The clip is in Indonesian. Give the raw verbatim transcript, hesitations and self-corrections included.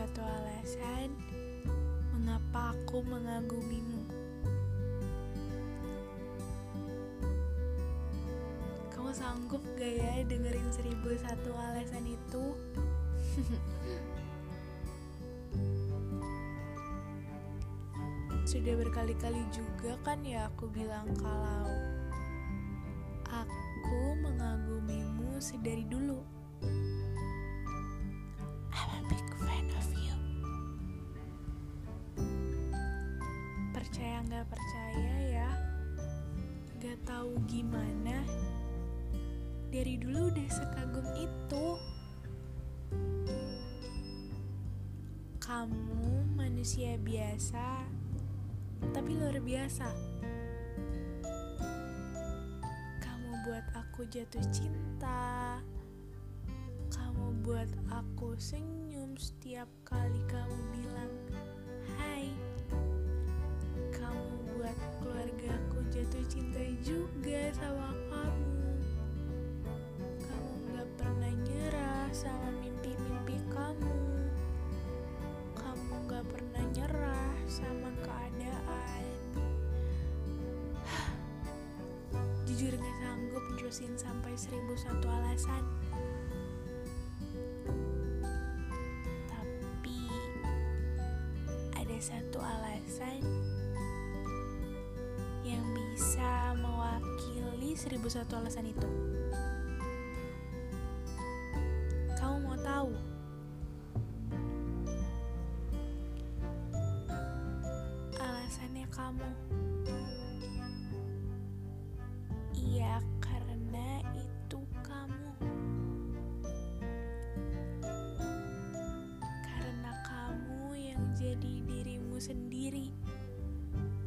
satu alasan mengapa aku mengagumimu. Kamu sanggup gak ya dengerin seribu satu alasan itu? Sudah berkali-kali juga kan ya aku bilang kalau aku mengagumimu sedari dulu. I'm a big fan of you. Percaya gak percaya ya, gak tahu gimana, dari dulu udah sekagum itu. Kamu manusia biasa, tapi luar biasa. Kamu buat aku jatuh cinta. Kamu buat aku senyum setiap kali kamu bilang hai. Kamu buat keluargaku jatuh cinta juga sama kamu. Kamu gak pernah nyerah sama mimpi-mimpi kamu. Kamu gak pernah nyerah sama keadaan. Jujur gak sanggup nerusin sampai seribu satu alasan. Tapi ada satu alasan yang bisa mewakili seribu satu alasan itu. Kamu mau tahu? Alasannya kamu. Iya, karena itu kamu. Karena kamu yang jadi dirimu sendiri.